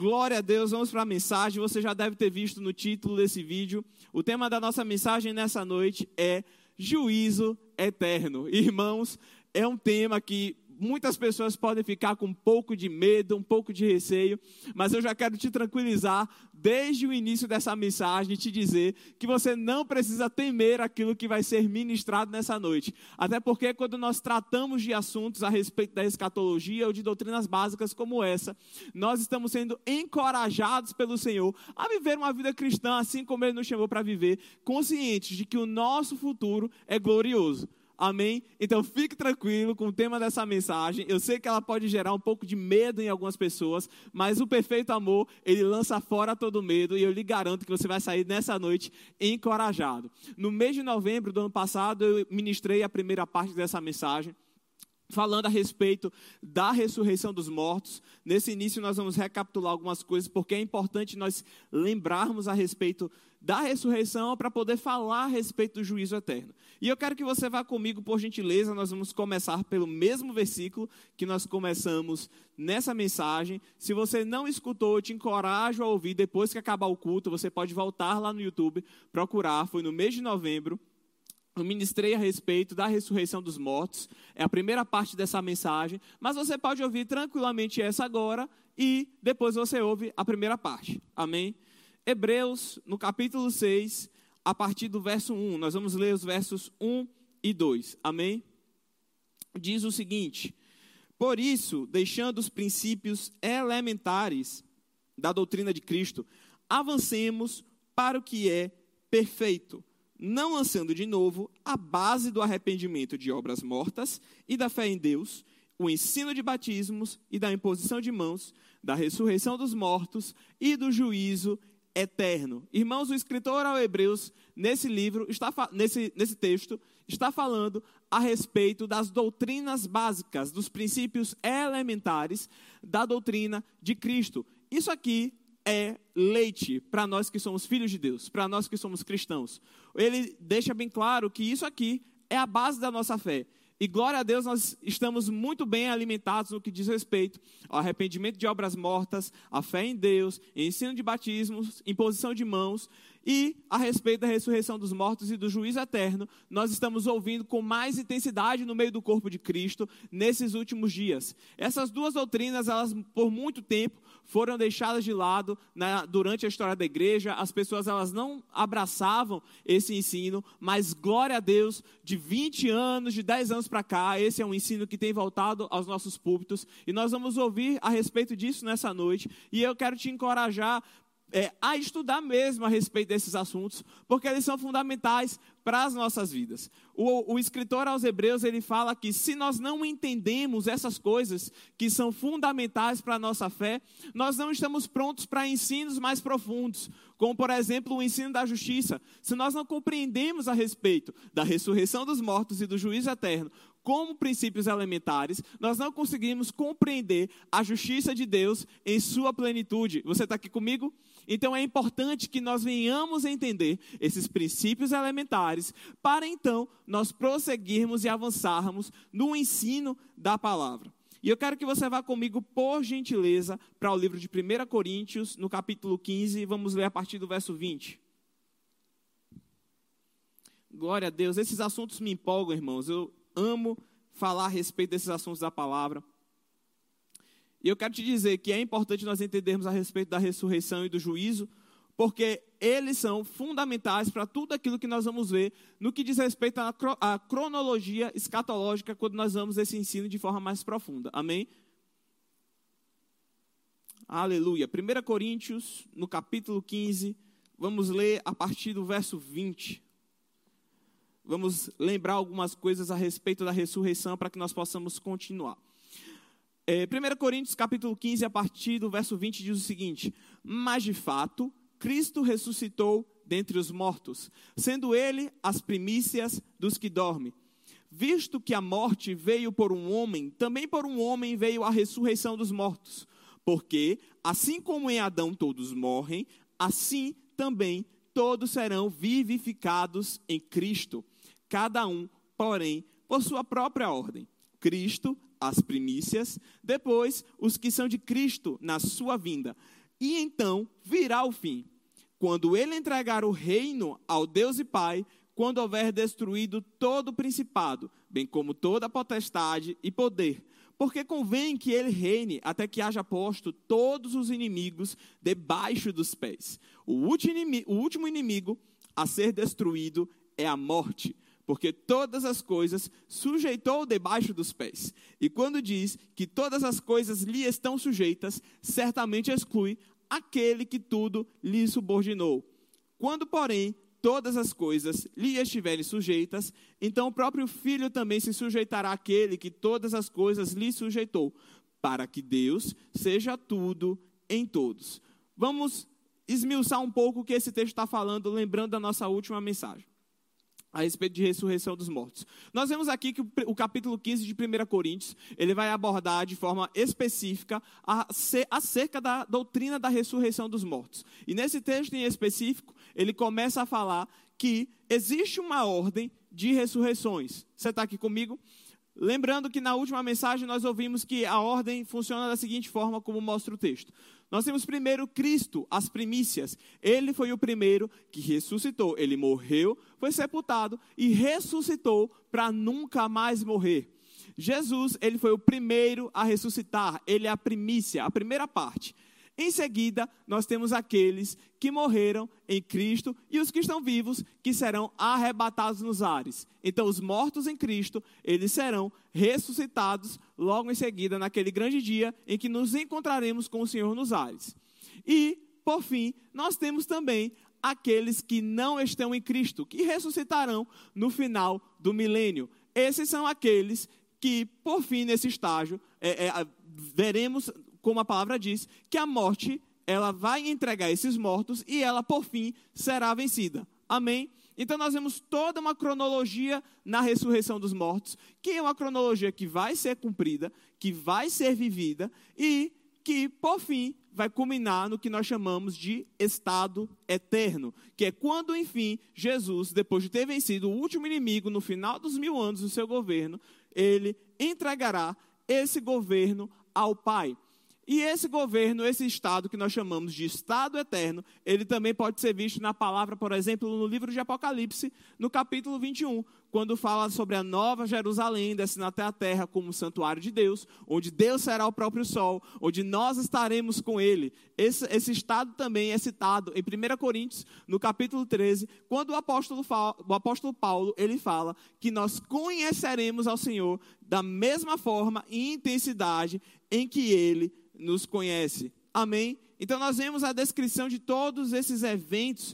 Glória a Deus, vamos para a mensagem. Você já deve ter visto no título desse vídeo. O tema da nossa mensagem nessa noite é juízo eterno. Irmãos, é um tema que muitas pessoas podem ficar com um pouco de medo, um pouco de receio, mas eu já quero te tranquilizar desde o início dessa mensagem e te dizer que você não precisa temer aquilo que vai ser ministrado nessa noite. Até porque quando nós tratamos de assuntos a respeito da escatologia ou de doutrinas básicas como essa, nós estamos sendo encorajados pelo Senhor a viver uma vida cristã assim como Ele nos chamou para viver, conscientes de que o nosso futuro é glorioso. Amém? Então fique tranquilo com o tema dessa mensagem. Eu sei que ela pode gerar um pouco de medo em algumas pessoas, mas o perfeito amor, ele lança fora todo medo e eu lhe garanto que você vai sair nessa noite encorajado. No mês de novembro do ano passado, eu ministrei a primeira parte dessa mensagem, falando a respeito da ressurreição dos mortos. Nesse início nós vamos recapitular algumas coisas, porque é importante nós lembrarmos a respeito da ressurreição para poder falar a respeito do juízo eterno. E eu quero que você vá comigo, por gentileza. Nós vamos começar pelo mesmo versículo que nós começamos nessa mensagem. Se você não escutou, eu te encorajo a ouvir depois que acabar o culto. Você pode voltar lá no YouTube, procurar. Foi no mês de novembro. Eu ministrei a respeito da ressurreição dos mortos. É a primeira parte dessa mensagem. Mas você pode ouvir tranquilamente essa agora e depois você ouve a primeira parte. Amém? Hebreus, no capítulo 6, a partir do verso 1. Nós vamos ler os versos 1 e 2. Amém? Diz o seguinte: por isso, deixando os princípios elementares da doutrina de Cristo, avancemos para o que é perfeito, não lançando de novo a base do arrependimento de obras mortas e da fé em Deus, o ensino de batismos e da imposição de mãos, da ressurreição dos mortos e do juízo eterno. Irmãos, o escritor aos Hebreus, nesse livro, nesse texto, está falando a respeito das doutrinas básicas, dos princípios elementares da doutrina de Cristo. Isso aqui é leite para nós que somos filhos de Deus, para nós que somos cristãos. Ele deixa bem claro que isso aqui é a base da nossa fé. E glória a Deus, nós estamos muito bem alimentados no que diz respeito ao arrependimento de obras mortas, a fé em Deus, ensino de batismos, imposição de mãos e a respeito da ressurreição dos mortos e do juízo eterno. Nós estamos ouvindo com mais intensidade no meio do corpo de Cristo nesses últimos dias. Essas duas doutrinas, elas por muito tempo foram deixadas de lado durante a história da igreja. As pessoas elas não abraçavam esse ensino, mas glória a Deus, de 20 anos, de 10 anos para cá, esse é um ensino que tem voltado aos nossos púlpitos e nós vamos ouvir a respeito disso nessa noite. E eu quero te encorajar a estudar mesmo a respeito desses assuntos, porque eles são fundamentais para as nossas vidas. O escritor aos Hebreus, ele fala que se nós não entendemos essas coisas que são fundamentais para a nossa fé, nós não estamos prontos para ensinos mais profundos, como por exemplo o ensino da justiça. Se nós não compreendemos a respeito da ressurreição dos mortos e do juízo eterno como princípios elementares, nós não conseguimos compreender a justiça de Deus em sua plenitude. Você está aqui comigo? Então é importante que nós venhamos a entender esses princípios elementares para então nós prosseguirmos e avançarmos no ensino da palavra. E eu quero que você vá comigo, por gentileza, para o livro de 1 Coríntios, no capítulo 15, vamos ler a partir do verso 20. Glória a Deus, esses assuntos me empolgam, irmãos. Eu amo falar a respeito desses assuntos da palavra. E eu quero te dizer que é importante nós entendermos a respeito da ressurreição e do juízo, porque eles são fundamentais para tudo aquilo que nós vamos ver no que diz respeito à cronologia escatológica, quando nós vamos esse ensino de forma mais profunda. Amém? Aleluia. 1 Coríntios, no capítulo 15, vamos ler a partir do verso 20. Vamos lembrar algumas coisas a respeito da ressurreição para que nós possamos continuar. 1 Coríntios capítulo 15, a partir do verso 20, diz o seguinte: mas de fato, Cristo ressuscitou dentre os mortos, sendo ele as primícias dos que dormem. Visto que a morte veio por um homem, também por um homem veio a ressurreição dos mortos. Porque, assim como em Adão todos morrem, assim também todos serão vivificados em Cristo. Cada um, porém, por sua própria ordem. Cristo, as primícias, depois os que são de Cristo na sua vinda. e então virá o fim, quando ele entregar o reino ao Deus e Pai, quando houver destruído todo o principado, bem como toda a potestade e poder. Porque convém que ele reine até que haja posto todos os inimigos debaixo dos pés. O último inimigo a ser destruído é a morte, porque todas as coisas sujeitou debaixo dos pés. E quando diz que todas as coisas lhe estão sujeitas, certamente exclui aquele que tudo lhe subordinou. Quando, porém, todas as coisas lhe estiverem sujeitas, então o próprio Filho também se sujeitará àquele que todas as coisas lhe sujeitou, para que Deus seja tudo em todos. Vamos esmiuçar um pouco o que esse texto está falando, lembrando da nossa última mensagem, a respeito de ressurreição dos mortos. Nós vemos aqui que o capítulo 15 de 1 Coríntios, ele vai abordar de forma específica acerca da doutrina da ressurreição dos mortos. E nesse texto em específico, ele começa a falar que existe uma ordem de ressurreições. Você está aqui comigo? Lembrando que na última mensagem nós ouvimos que a ordem funciona da seguinte forma, como mostra o texto. Nós temos primeiro Cristo, as primícias. Ele foi o primeiro que ressuscitou. Ele morreu, foi sepultado e ressuscitou para nunca mais morrer. Jesus, ele foi o primeiro a ressuscitar. Ele é a primícia, a primeira parte. Em seguida, nós temos aqueles que morreram em Cristo e os que estão vivos, que serão arrebatados nos ares. Então, os mortos em Cristo, eles serão ressuscitados logo em seguida, naquele grande dia em que nos encontraremos com o Senhor nos ares. E, por fim, nós temos também aqueles que não estão em Cristo, que ressuscitarão no final do milênio. Esses são aqueles que, por fim, nesse estágio, veremos, como a palavra diz, que a morte, ela vai entregar esses mortos e ela, por fim, será vencida. Amém? Então, nós vemos toda uma cronologia na ressurreição dos mortos, que é uma cronologia que vai ser cumprida, que vai ser vivida e que, por fim, vai culminar no que nós chamamos de estado eterno, que é quando, enfim, Jesus, depois de ter vencido o último inimigo no final dos 1000 anos do seu governo, ele entregará esse governo ao Pai. E esse governo, esse estado que nós chamamos de estado eterno, ele também pode ser visto na palavra, por exemplo, no livro de Apocalipse, no capítulo 21, quando fala sobre a nova Jerusalém, descendo até a terra como santuário de Deus, onde Deus será o próprio sol, onde nós estaremos com ele. Esse estado também é citado em 1 Coríntios, no capítulo 13, quando o apóstolo Paulo, ele fala que nós conheceremos ao Senhor da mesma forma e intensidade em que ele nos conhece. Amém? Então nós vemos a descrição de todos esses eventos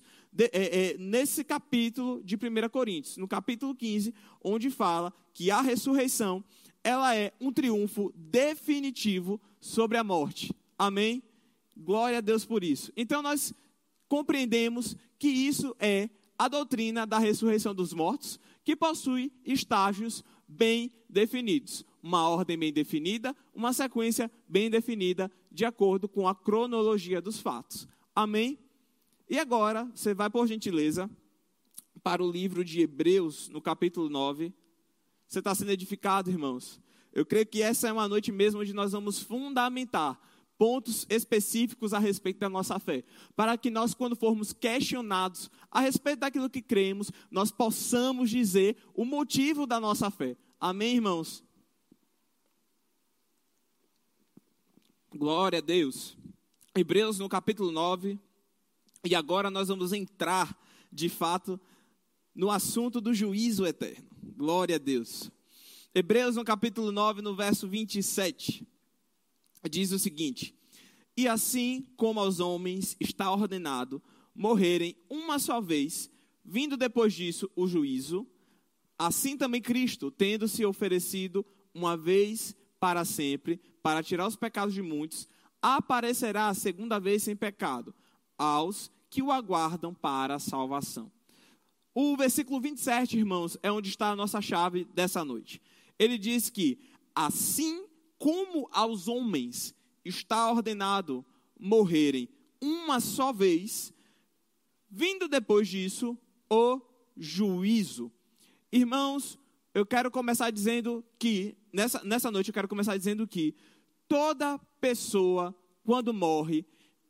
nesse capítulo de 1 Coríntios, no capítulo 15, onde fala que a ressurreição, ela é um triunfo definitivo sobre a morte. Amém? Glória a Deus por isso. Então nós compreendemos que isso é a doutrina da ressurreição dos mortos, que possui estágios bem definidos. Uma ordem bem definida, uma sequência bem definida, de acordo com a cronologia dos fatos. Amém? E agora, você vai, por gentileza, para o livro de Hebreus, no capítulo 9. Você está sendo edificado, irmãos? Eu creio que essa é uma noite mesmo onde nós vamos fundamentar pontos específicos a respeito da nossa fé, para que nós, quando formos questionados a respeito daquilo que cremos, nós possamos dizer o motivo da nossa fé. Amém, irmãos? Glória a Deus. Hebreus no capítulo 9. E agora nós vamos entrar, de fato, no assunto do juízo eterno. Glória a Deus. Hebreus no capítulo 9, no verso 27. Diz o seguinte: e assim como aos homens está ordenado morrerem uma só vez, vindo depois disso o juízo, assim também Cristo, tendo se oferecido uma vez para sempre, para tirar os pecados de muitos, aparecerá a segunda vez sem pecado, aos que o aguardam para a salvação. O versículo 27, irmãos, é onde está a nossa chave dessa noite. Ele diz que, assim como aos homens está ordenado morrerem uma só vez, vindo depois disso o juízo. Irmãos, eu quero começar dizendo que, nessa noite eu quero começar dizendo que toda pessoa, quando morre,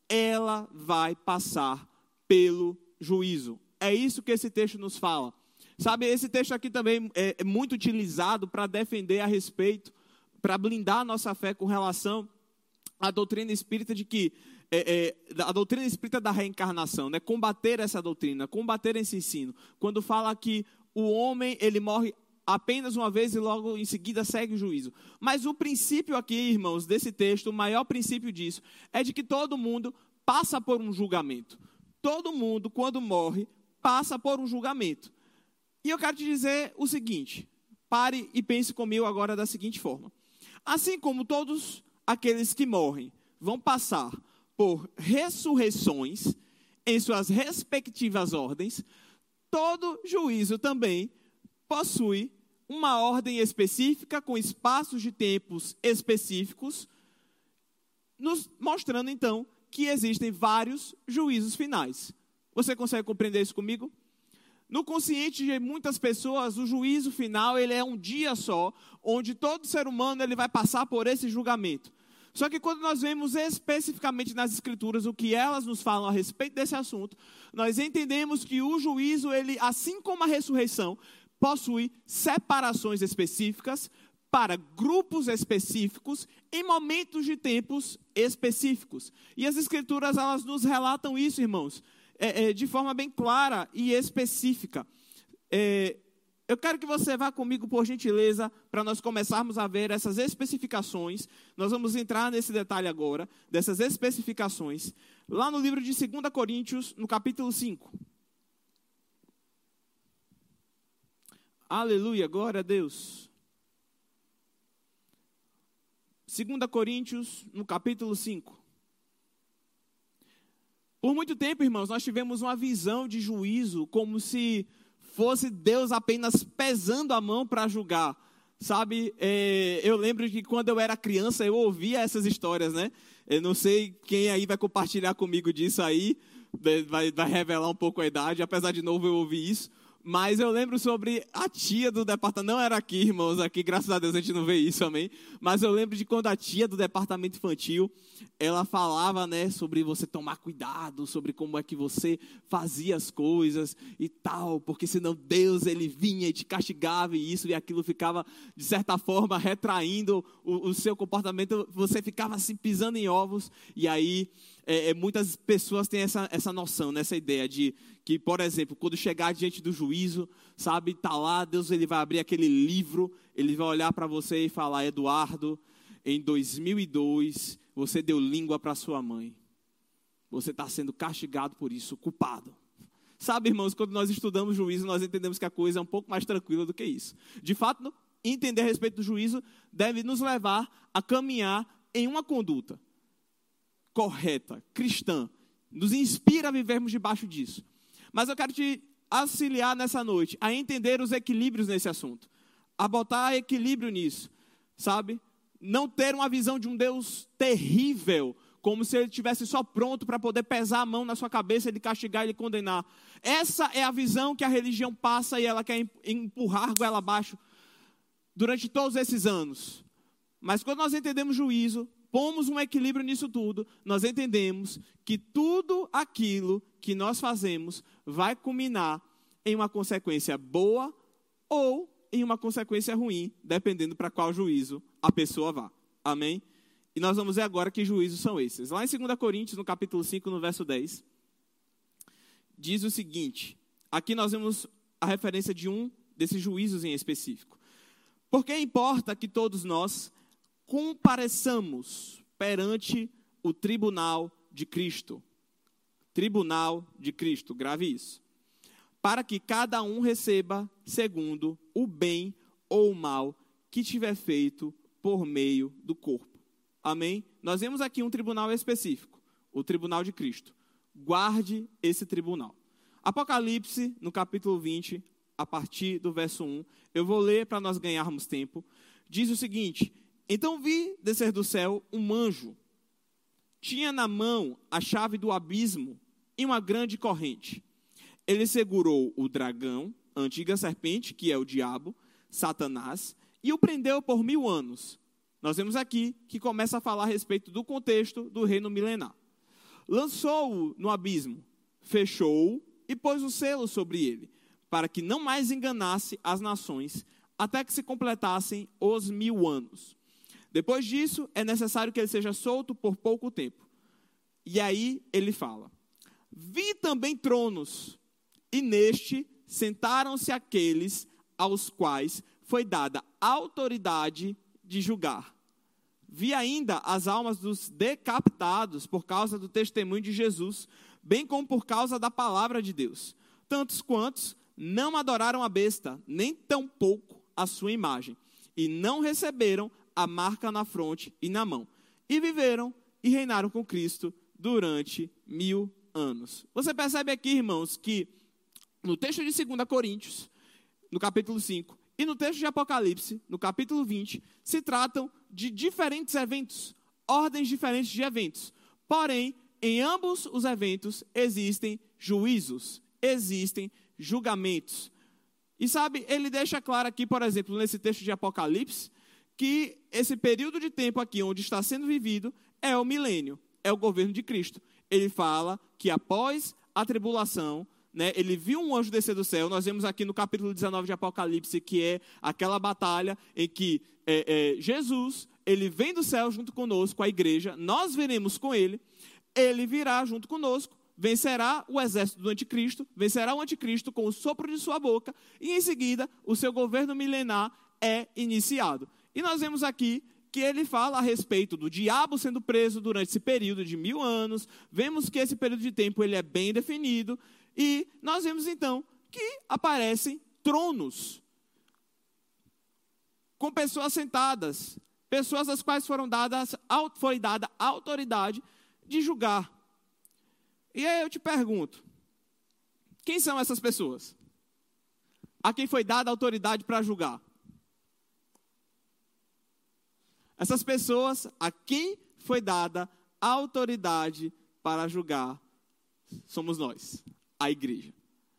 ela vai passar pelo juízo. É isso que esse texto nos fala. Sabe, esse texto aqui também é muito utilizado para defender a respeito, para blindar a nossa fé com relação à doutrina espírita de que, a doutrina espírita da reencarnação, né? Combater essa doutrina, combater esse ensino. Quando fala que o homem, ele morre apenas uma vez e logo em seguida segue o juízo. Mas o princípio aqui, irmãos, desse texto, o maior princípio disso, é de que todo mundo passa por um julgamento. Todo mundo, quando morre, passa por um julgamento. E eu quero te dizer o seguinte, pare e pense comigo agora da seguinte forma. Assim como todos aqueles que morrem vão passar por ressurreições em suas respectivas ordens, todo juízo também possui uma ordem específica, com espaços de tempos específicos, nos mostrando então que existem vários juízos finais. Você consegue compreender isso comigo? No consciente de muitas pessoas, o juízo final ele é um dia só, onde todo ser humano ele vai passar por esse julgamento. Só que quando nós vemos especificamente nas Escrituras o que elas nos falam a respeito desse assunto, nós entendemos que o juízo, ele, assim como a ressurreição, possui separações específicas para grupos específicos em momentos de tempos específicos. E as Escrituras, elas nos relatam isso, irmãos, de forma bem clara e específica. Eu quero que você vá comigo, por gentileza, para nós começarmos a ver essas especificações. Nós vamos entrar nesse detalhe agora, dessas especificações, lá no livro de 2 Coríntios, no capítulo 5. Aleluia, glória a Deus. 2 Coríntios, no capítulo 5. Por muito tempo, irmãos, nós tivemos uma visão de juízo como se fosse Deus apenas pesando a mão para julgar. Sabe, eu lembro que quando eu era criança, eu ouvia essas histórias, né? Eu não sei quem aí vai compartilhar comigo disso aí, vai revelar um pouco a idade, apesar de novo eu ouvi isso. Mas eu lembro sobre a tia do departamento, não era aqui, irmãos, aqui graças a Deus a gente não vê isso, amém? Mas eu lembro de quando a tia do departamento infantil, ela falava, né, sobre você tomar cuidado, sobre como é que você fazia as coisas e tal, porque senão Deus, ele vinha e te castigava e isso e aquilo ficava, de certa forma, retraindo o seu comportamento, você ficava assim pisando em ovos e aí muitas pessoas têm essa noção, né, essa ideia de que, por exemplo, quando chegar diante do juízo, sabe, tá lá, Deus ele vai abrir aquele livro, ele vai olhar para você e falar: Eduardo, em 2002, você deu língua para sua mãe. Você está sendo castigado por isso, culpado. Sabe, irmãos, quando nós estudamos juízo, nós entendemos que a coisa é um pouco mais tranquila do que isso. De fato, entender a respeito do juízo deve nos levar a caminhar em uma conduta correta, cristã. Nos inspira a vivermos debaixo disso. Mas eu quero te auxiliar nessa noite a entender os equilíbrios nesse assunto. A botar equilíbrio nisso, sabe? Não ter uma visão de um Deus terrível, como se ele estivesse só pronto para poder pesar a mão na sua cabeça, ele castigar e ele condenar. Essa é a visão que a religião passa e ela quer empurrar goela abaixo durante todos esses anos. Mas quando nós entendemos juízo, pomos um equilíbrio nisso tudo, nós entendemos que tudo aquilo que nós fazemos vai culminar em uma consequência boa ou em uma consequência ruim, dependendo para qual juízo a pessoa vá. Amém? E nós vamos ver agora que juízos são esses. Lá em 2 Coríntios, no capítulo 5, no verso 10, diz o seguinte, aqui nós vemos a referência de um desses juízos em específico. Porque importa que todos nós compareçamos perante o tribunal de Cristo. Tribunal de Cristo, grave isso. Para que cada um receba segundo o bem ou o mal que tiver feito por meio do corpo. Amém? Nós vemos aqui um tribunal específico, o tribunal de Cristo. Guarde esse tribunal. Apocalipse, no capítulo 20, a partir do verso 1, eu vou ler para nós ganharmos tempo, diz o seguinte: então vi descer do céu um anjo, tinha na mão a chave do abismo e uma grande corrente. Ele segurou o dragão, a antiga serpente, que é o diabo, Satanás, e o prendeu por 1000 anos. Nós vemos aqui que começa a falar a respeito do contexto do reino milenar. lançou-o no abismo, fechou-o e pôs o selo sobre ele, para que não mais enganasse as nações, até que se completassem os 1000 anos. Depois disso, é necessário que ele seja solto por pouco tempo. E aí ele fala: vi também tronos, e neste sentaram-se aqueles aos quais foi dada autoridade de julgar. Vi ainda as almas dos decapitados por causa do testemunho de Jesus, bem como por causa da palavra de Deus. Tantos quantos não adoraram a besta, nem tampouco a sua imagem, e não receberam a marca na fronte e na mão. E viveram e reinaram com Cristo durante 1000 anos. Você percebe aqui, irmãos, que no texto de 2 Coríntios, no capítulo 5, e no texto de Apocalipse, no capítulo 20, se tratam de diferentes eventos, ordens diferentes de eventos. Porém, em ambos os eventos existem juízos, existem julgamentos. E sabe, ele deixa claro aqui, por exemplo, nesse texto de Apocalipse, que esse período de tempo aqui onde está sendo vivido é o milênio, é o governo de Cristo. Ele fala que após a tribulação, ele viu um anjo descer do céu. Nós vemos aqui no capítulo 19 de Apocalipse, que é aquela batalha em que Jesus, ele vem do céu junto conosco, a igreja, nós veremos com ele, ele virá junto conosco, vencerá o exército do anticristo, vencerá o anticristo com o sopro de sua boca, e em seguida o seu governo milenar é iniciado. E nós vemos aqui que ele fala a respeito do diabo sendo preso durante esse período de 1000 anos, vemos que esse período de tempo ele é bem definido, e nós vemos então que aparecem tronos, com pessoas sentadas, pessoas às quais foi dada autoridade de julgar. E aí eu te pergunto, quem são essas pessoas? A quem foi dada autoridade para julgar? Essas pessoas a quem foi dada autoridade para julgar somos nós, a igreja.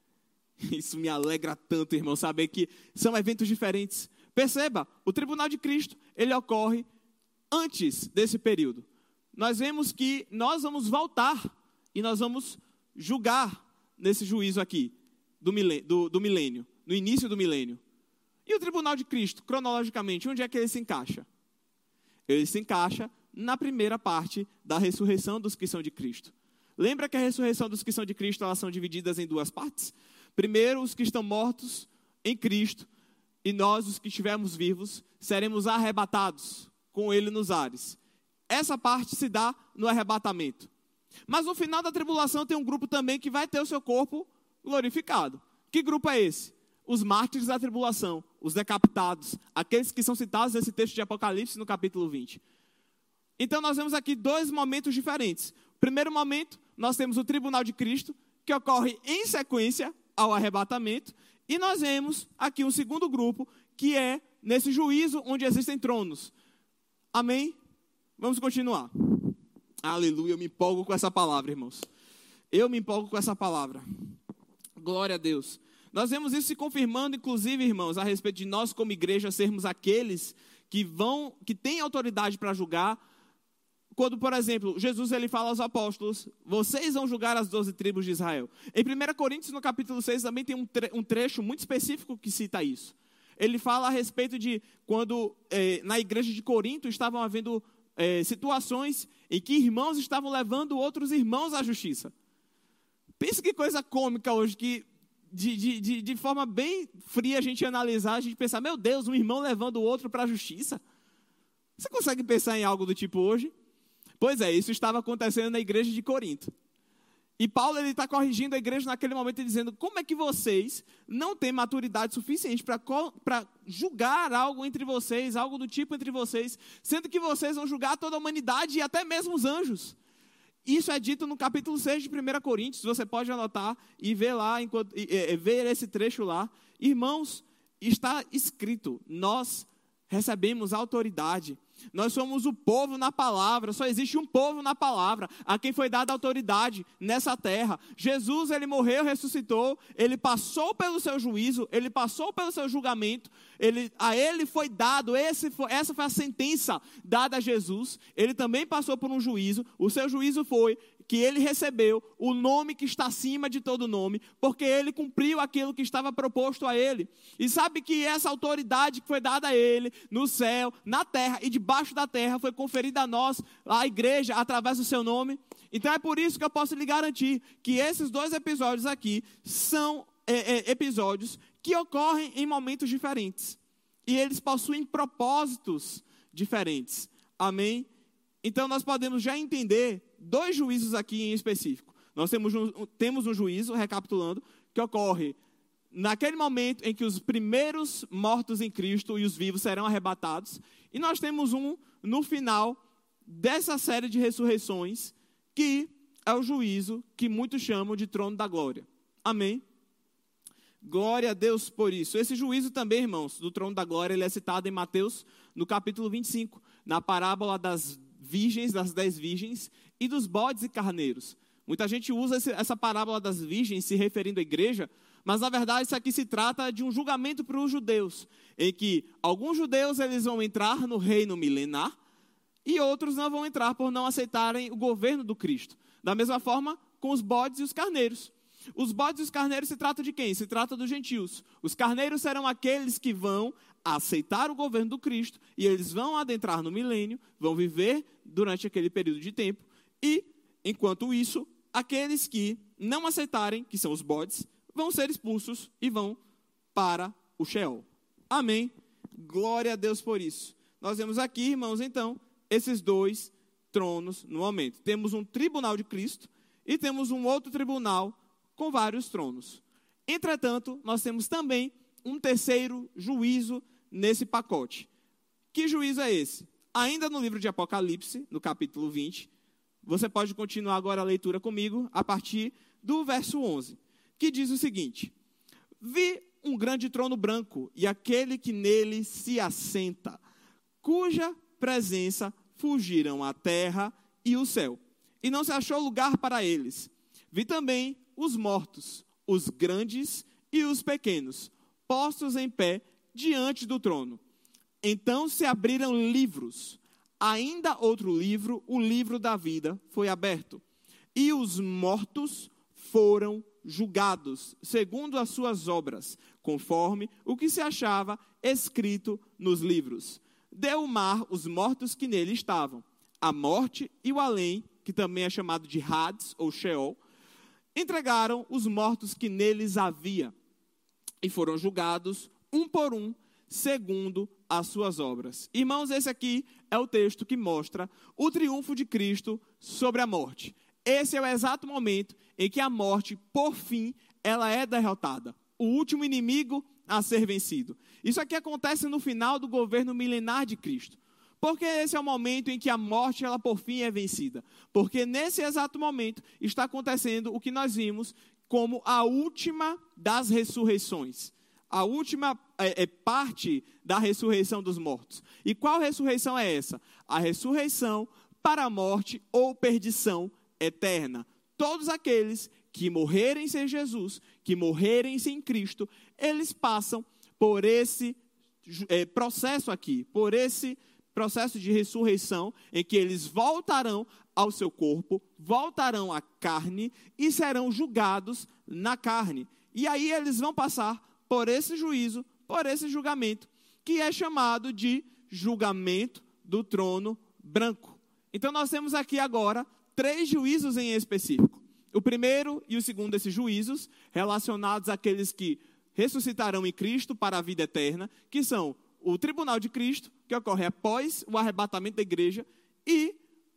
Isso me alegra tanto, irmão, saber que são eventos diferentes. Perceba, o tribunal de Cristo, ele ocorre antes desse período. Nós vemos que nós vamos voltar e nós vamos julgar nesse juízo aqui, do milênio, no início do milênio. E o tribunal de Cristo, cronologicamente, onde é que ele se encaixa? Ele se encaixa na primeira parte da ressurreição dos que são de Cristo. Lembra que a ressurreição dos que são de Cristo, elas são divididas em duas partes? Primeiro, os que estão mortos em Cristo, e nós, os que estivermos vivos, seremos arrebatados com ele nos ares. Essa parte se dá no arrebatamento. Mas no final da tribulação tem um grupo também que vai ter o seu corpo glorificado. Que grupo é esse? Os mártires da tribulação, os decapitados, aqueles que são citados nesse texto de Apocalipse no capítulo 20. Então nós vemos aqui dois momentos diferentes. Primeiro momento, nós temos o tribunal de Cristo, que ocorre em sequência ao arrebatamento, e nós vemos aqui um segundo grupo, que é nesse juízo onde existem tronos. Amém? Vamos continuar. Aleluia, eu me empolgo com essa palavra, irmãos. Eu me empolgo com essa palavra. Glória a Deus. Nós vemos isso se confirmando, inclusive, irmãos, a respeito de nós como igreja sermos aqueles que têm autoridade para julgar. Quando, por exemplo, Jesus ele fala aos apóstolos, vocês vão julgar as 12 tribos de Israel. Em 1 Coríntios, no capítulo 6, também tem um trecho muito específico que cita isso. Ele fala a respeito de quando na igreja de Corinto estavam havendo situações em que irmãos estavam levando outros irmãos à justiça. Pensa que coisa cômica hoje, que de forma bem fria a gente analisar, a gente pensar, meu Deus, um irmão levando o outro para a justiça. Você consegue pensar em algo do tipo hoje? Pois é, isso estava acontecendo na igreja de Corinto. E Paulo está corrigindo a igreja naquele momento e dizendo, como é que vocês não têm maturidade suficiente para julgar algo entre vocês, algo do tipo entre vocês, sendo que vocês vão julgar toda a humanidade e até mesmo os anjos. Isso é dito no capítulo 6 de 1 Coríntios, você pode anotar e ver lá, ver esse trecho lá. Irmãos, está escrito, nós recebemos autoridade. Nós somos o povo na palavra, só existe um povo na palavra, a quem foi dada autoridade nessa terra. Jesus, ele morreu, ressuscitou, ele passou pelo seu juízo, ele passou pelo seu julgamento, a ele foi dado, essa foi a sentença dada a Jesus. Ele também passou por um juízo, o seu juízo foi que ele recebeu o nome que está acima de todo nome, porque ele cumpriu aquilo que estava proposto a ele. E sabe que essa autoridade que foi dada a ele, no céu, na terra e debaixo da terra, foi conferida a nós, a igreja, através do seu nome. Então é por isso que eu posso lhe garantir que esses 2 episódios aqui são episódios que ocorrem em momentos diferentes. E eles possuem propósitos diferentes. Amém? Então nós podemos já entender 2 juízos aqui em específico. Nós temos um juízo, recapitulando, que ocorre naquele momento em que os primeiros mortos em Cristo e os vivos serão arrebatados. E nós temos um no final dessa série de ressurreições, que é o juízo que muitos chamam de trono da glória. Amém? Glória a Deus por isso. Esse juízo também, irmãos, do trono da glória, ele é citado em Mateus, no capítulo 25, na parábola das virgens, das 10 virgens, e dos bodes e carneiros. Muita gente usa essa parábola das virgens se referindo à igreja, mas na verdade isso aqui se trata de um julgamento para os judeus, em que alguns judeus eles vão entrar no reino milenar, e outros não vão entrar por não aceitarem o governo do Cristo. Da mesma forma com os bodes e os carneiros. Os bodes e os carneiros se trata de quem? Se trata dos gentios. Os carneiros serão aqueles que vão aceitar o governo do Cristo, e eles vão adentrar no milênio, vão viver durante aquele período de tempo, e, enquanto isso, aqueles que não aceitarem, que são os bodes, vão ser expulsos e vão para o Sheol. Amém? Glória a Deus por isso. Nós vemos aqui, irmãos, então, esses 2 tronos no momento. Temos um tribunal de Cristo e temos um outro tribunal com vários tronos. Entretanto, nós temos também um terceiro juízo nesse pacote. Que juízo é esse? Ainda no livro de Apocalipse, no capítulo 20, você pode continuar agora a leitura comigo, a partir do verso 11, que diz o seguinte: Vi um grande trono branco e aquele que nele se assenta, cuja presença fugiram a terra e o céu, e não se achou lugar para eles. Vi também os mortos, os grandes e os pequenos, postos em pé diante do trono. Então se abriram livros. Ainda outro livro, o livro da vida, foi aberto. E os mortos foram julgados, segundo as suas obras, conforme o que se achava escrito nos livros. Deu o mar os mortos que nele estavam. A morte e o além, que também é chamado de Hades ou Sheol, entregaram os mortos que neles havia, e foram julgados, um por um, segundo as suas obras. Irmãos, esse aqui é o texto que mostra o triunfo de Cristo sobre a morte. Esse é o exato momento em que a morte, por fim, ela é derrotada. O último inimigo a ser vencido. Isso aqui acontece no final do governo milenar de Cristo. Porque esse é o momento em que a morte, ela por fim é vencida. Porque nesse exato momento está acontecendo o que nós vimos como a última das ressurreições. A última parte da ressurreição dos mortos. E qual ressurreição é essa? A ressurreição para a morte ou perdição eterna. Todos aqueles que morrerem sem Jesus, que morrerem sem Cristo, eles passam por esse processo aqui, por esse processo de ressurreição, em que eles voltarão ao seu corpo, voltarão à carne e serão julgados na carne. E aí eles vão passar por esse juízo, por esse julgamento, que é chamado de julgamento do trono branco. Então nós temos aqui agora 3 juízos em específico. O primeiro e o segundo desses juízos, relacionados àqueles que ressuscitarão em Cristo para a vida eterna, que são o tribunal de Cristo, que ocorre após o arrebatamento da igreja, e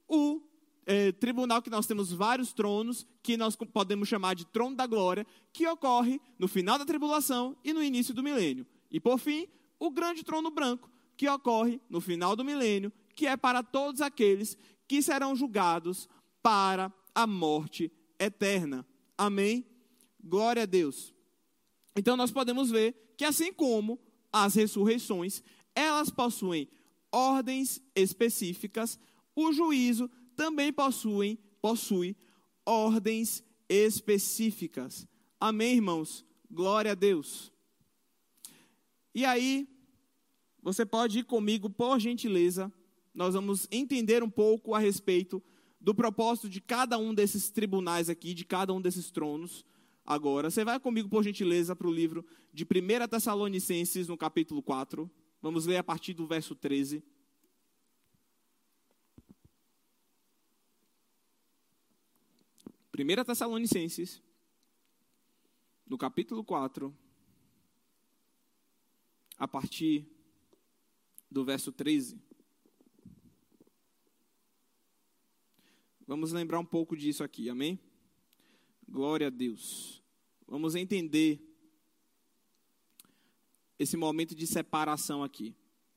o tribunal que nós temos vários tronos, que nós podemos chamar de trono da glória, que ocorre no final da tribulação e no início do milênio. E por fim, o grande trono branco, que ocorre no final do milênio, que é para todos aqueles que serão julgados para a morte eterna. Amém? Glória a Deus. Então nós podemos ver que assim como as ressurreições, elas possuem ordens específicas, o juízo também possui ordens específicas. Amém, irmãos? Glória a Deus. E aí, você pode ir comigo, por gentileza, nós vamos entender um pouco a respeito do propósito de cada um desses tribunais aqui, de cada um desses tronos. Agora, você vai comigo, por gentileza, para o livro de 1 Tessalonicenses, no capítulo 4. Vamos ler a partir do verso 13. 1 Tessalonicenses, no capítulo 4, a partir do verso 13. Vamos lembrar um pouco disso aqui, amém? Glória a Deus. Vamos entender esse momento de separação aqui.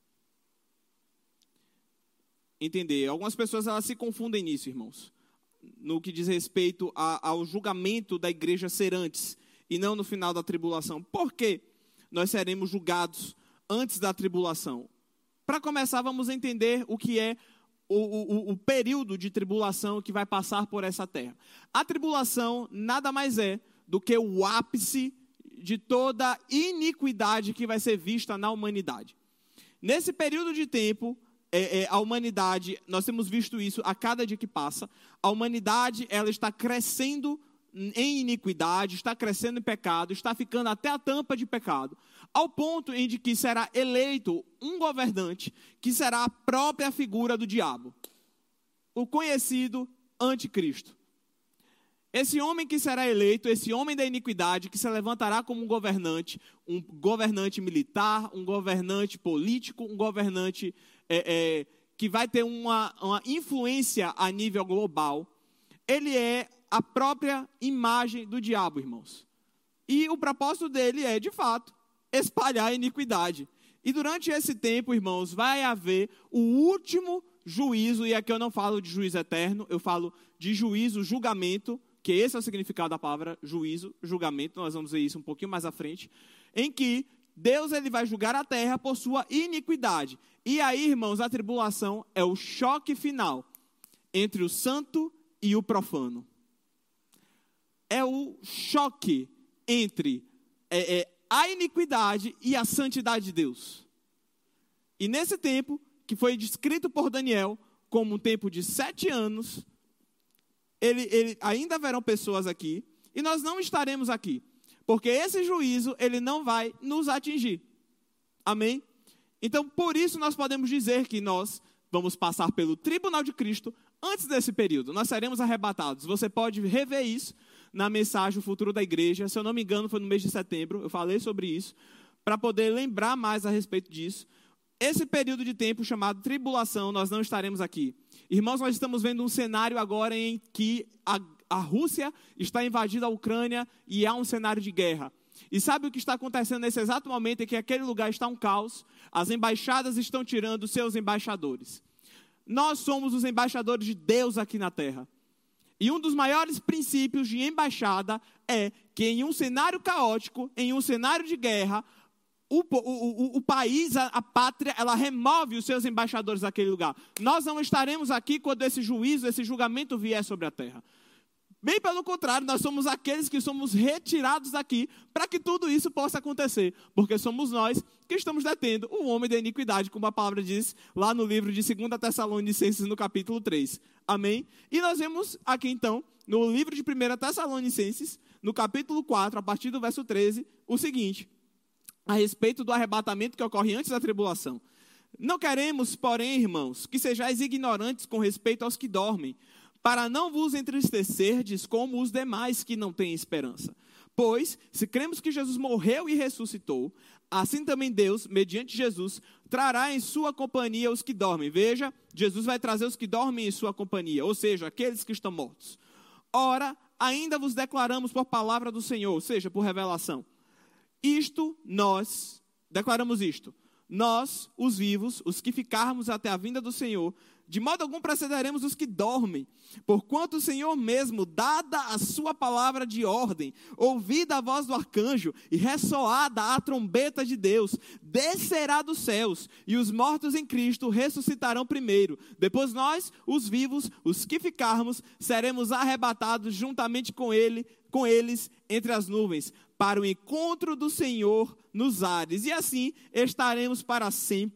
Entender. Algumas pessoas elas se confundem nisso, irmãos. No que diz respeito ao julgamento da igreja ser antes e não no final da tribulação. Por que nós seremos julgados antes da tribulação? Para começar, vamos entender o que é o período de tribulação que vai passar por essa terra. A tribulação nada mais é do que o ápice de toda iniquidade que vai ser vista na humanidade. Nesse período de tempo, a humanidade, nós temos visto isso a cada dia que passa, a humanidade ela está crescendo em iniquidade, está crescendo em pecado, está ficando até a tampa de pecado, ao ponto em que será eleito um governante que será a própria figura do diabo, o conhecido anticristo. Esse homem que será eleito, esse homem da iniquidade, que se levantará como um governante militar, um governante político, um governante que vai ter uma influência a nível global, ele é a própria imagem do diabo, irmãos. E o propósito dele é, de fato, espalhar a iniquidade. E durante esse tempo, irmãos, vai haver o último juízo, e aqui eu não falo de juízo eterno, eu falo de juízo, julgamento, que esse é o significado da palavra juízo, julgamento, nós vamos ver isso um pouquinho mais à frente, em que Deus ele vai julgar a terra por sua iniquidade. E aí, irmãos, a tribulação é o choque final entre o santo e o profano. É o choque entre a iniquidade e a santidade de Deus. E nesse tempo, que foi descrito por Daniel como um tempo de 7 anos, ainda haverão pessoas aqui, e nós não estaremos aqui, porque esse juízo, ele não vai nos atingir. Amém? Então, por isso nós podemos dizer que nós vamos passar pelo tribunal de Cristo antes desse período. Nós seremos arrebatados. Você pode rever isso na mensagem O Futuro da Igreja. Se eu não me engano, foi no mês de setembro. Eu falei sobre isso, para poder lembrar mais a respeito disso. Esse período de tempo chamado tribulação, nós não estaremos aqui. Irmãos, nós estamos vendo um cenário agora em que a Rússia está invadindo a Ucrânia e há um cenário de guerra. E sabe o que está acontecendo nesse exato momento em que aquele lugar está um caos? As embaixadas estão tirando seus embaixadores. Nós somos os embaixadores de Deus aqui na terra. E um dos maiores princípios de embaixada é que em um cenário caótico, em um cenário de guerra, o país, a pátria, ela remove os seus embaixadores daquele lugar. Nós não estaremos aqui quando esse juízo, esse julgamento vier sobre a terra. Bem pelo contrário, nós somos aqueles que somos retirados daqui para que tudo isso possa acontecer. Porque somos nós que estamos detendo o homem da iniquidade, como a palavra diz lá no livro de 2 Tessalonicenses, no capítulo 3. Amém? E nós vemos aqui então, no livro de 1 Tessalonicenses, no capítulo 4, a partir do verso 13, o seguinte, a respeito do arrebatamento que ocorre antes da tribulação. Não queremos, porém, irmãos, que sejais ignorantes com respeito aos que dormem, para não vos entristecerdes como os demais que não têm esperança. Pois, se cremos que Jesus morreu e ressuscitou, assim também Deus, mediante Jesus, trará em sua companhia os que dormem. Veja, Jesus vai trazer os que dormem em sua companhia, ou seja, aqueles que estão mortos. Ora, ainda vos declaramos por palavra do Senhor, ou seja, por revelação. Declaramos isto. Nós, os vivos, os que ficarmos até a vinda do Senhor, de modo algum precederemos os que dormem, porquanto o Senhor mesmo, dada a sua palavra de ordem, ouvida a voz do arcanjo e ressoada a trombeta de Deus, descerá dos céus, e os mortos em Cristo ressuscitarão primeiro. Depois nós, os vivos, os que ficarmos, seremos arrebatados juntamente com eles entre as nuvens, para o encontro do Senhor nos ares, e assim estaremos para sempre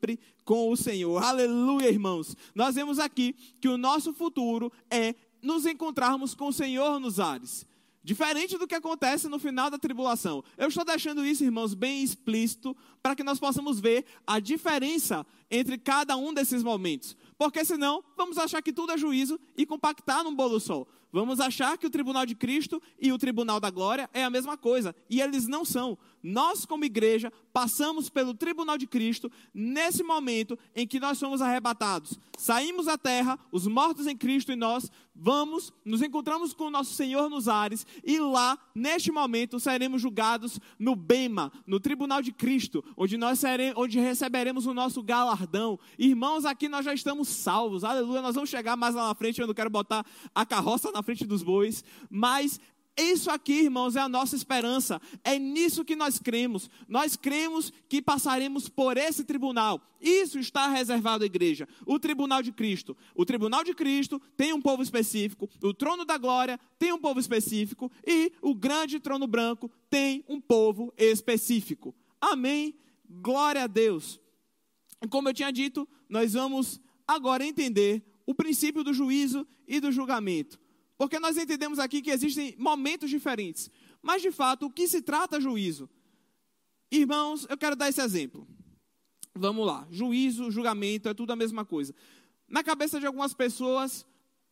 com o Senhor. Aleluia, irmãos. Nós vemos aqui que o nosso futuro é nos encontrarmos com o Senhor nos ares. Diferente do que acontece no final da tribulação. Eu estou deixando isso, irmãos, bem explícito, para que nós possamos ver a diferença entre cada um desses momentos. Porque senão, vamos achar que tudo é juízo e compactar num bolo só. Vamos achar que o tribunal de Cristo e o tribunal da glória é a mesma coisa. E eles não são. Nós, como igreja, passamos pelo tribunal de Cristo nesse momento em que nós somos arrebatados. Saímos da terra, os mortos em Cristo, e nós nos encontramos com o nosso Senhor nos ares. E lá, neste momento, seremos julgados no Bema, no tribunal de Cristo, onde receberemos o nosso galardão. Irmãos, aqui nós já estamos salvos. Aleluia, nós vamos chegar mais lá na frente. Eu não quero botar a carroça na frente dos bois, mas isso aqui, irmãos, é a nossa esperança. É nisso que nós cremos. Nós cremos que passaremos por esse tribunal. Isso está reservado à igreja. O tribunal de Cristo. O tribunal de Cristo tem um povo específico. O trono da glória tem um povo específico. E o grande trono branco tem um povo específico. Amém? Glória a Deus. Como eu tinha dito, nós vamos agora entender o princípio do juízo e do julgamento. Porque nós entendemos aqui que existem momentos diferentes. Mas, de fato, o que se trata juízo? Irmãos, eu quero dar esse exemplo. Vamos lá. Juízo, julgamento, é tudo a mesma coisa. Na cabeça de algumas pessoas,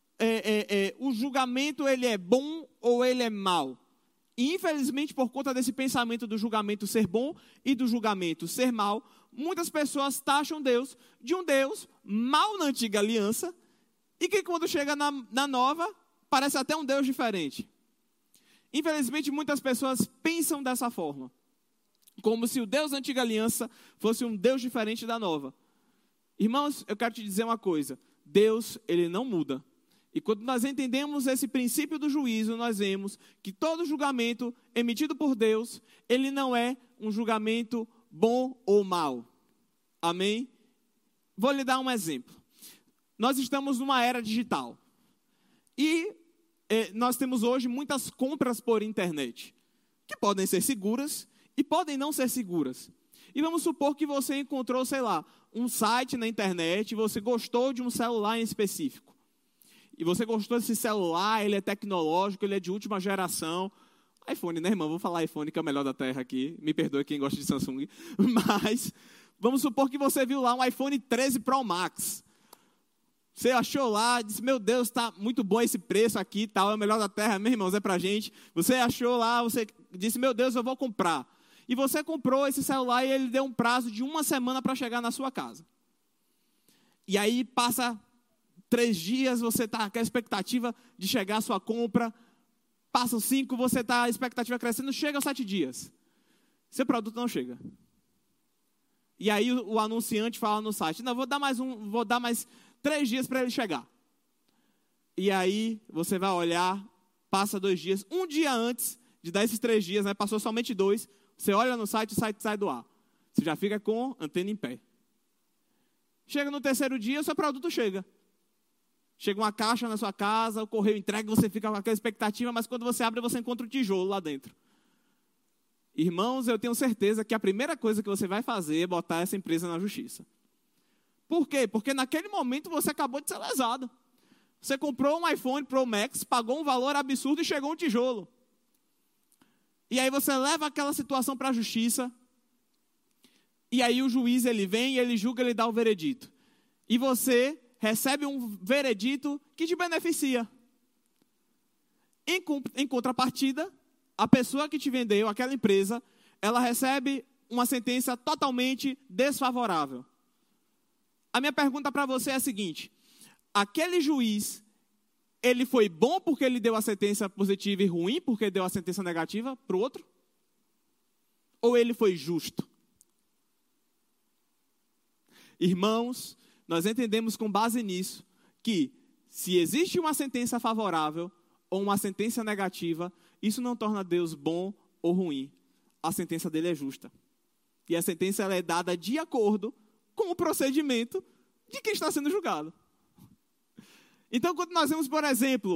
o julgamento ele é bom ou ele é mau. E, infelizmente, por conta desse pensamento do julgamento ser bom e do julgamento ser mau, muitas pessoas taxam Deus de um Deus mau na antiga aliança e que, quando chega na nova, parece até um Deus diferente. Infelizmente, muitas pessoas pensam dessa forma. Como se o Deus da antiga aliança fosse um Deus diferente da nova. Irmãos, eu quero te dizer uma coisa. Deus, ele não muda. E quando nós entendemos esse princípio do juízo, nós vemos que todo julgamento emitido por Deus, ele não é um julgamento bom ou mau. Amém? Vou lhe dar um exemplo. Nós estamos numa era digital. E nós temos hoje muitas compras por internet, que podem ser seguras e podem não ser seguras. E vamos supor que você encontrou, sei lá, um site na internet, você gostou de um celular em específico. E você gostou desse celular, ele é tecnológico, ele é de última geração. iPhone, né, irmão? Vou falar iPhone, que é o melhor da terra aqui. Me perdoe quem gosta de Samsung. Mas vamos supor que você viu lá um iPhone 13 Pro Max. Você achou lá, disse, meu Deus, está muito bom esse preço aqui e tal, é o melhor da terra, meus irmãos, é pra gente. Você achou lá, você disse, meu Deus, eu vou comprar. E você comprou esse celular e ele deu um prazo de 1 semana para chegar na sua casa. E aí passa 3 dias, você está com a expectativa de chegar a sua compra. Passam 5, você está a expectativa crescendo, chega aos 7 dias. Seu produto não chega. E aí o anunciante fala no site, não, vou dar mais 3 dias para ele chegar. E aí você vai olhar, passa 2 dias, um dia antes de dar esses 3 dias, né, passou somente 2, você olha no site, o site sai do ar. Você já fica com antena em pé. Chega no 3º dia, o seu produto chega. Chega uma caixa na sua casa, o correio entrega, você fica com aquela expectativa, mas quando você abre, você encontra um tijolo lá dentro. Irmãos, eu tenho certeza que a primeira coisa que você vai fazer é botar essa empresa na justiça. Por quê? Porque naquele momento você acabou de ser lesado. Você comprou um iPhone Pro Max, pagou um valor absurdo e chegou um tijolo. E aí você leva aquela situação para a justiça. E aí o juiz, ele vem, ele julga, ele dá o veredito. E você recebe um veredito que te beneficia. Em contrapartida, a pessoa que te vendeu, aquela empresa, ela recebe uma sentença totalmente desfavorável. A minha pergunta para você é a seguinte: aquele juiz, ele foi bom porque ele deu a sentença positiva e ruim porque deu a sentença negativa para o outro? Ou ele foi justo? Irmãos, nós entendemos com base nisso que se existe uma sentença favorável ou uma sentença negativa, isso não torna Deus bom ou ruim. A sentença dele é justa. E a sentença ela é dada de acordo com o procedimento de quem está sendo julgado. Então, quando nós vemos, por exemplo,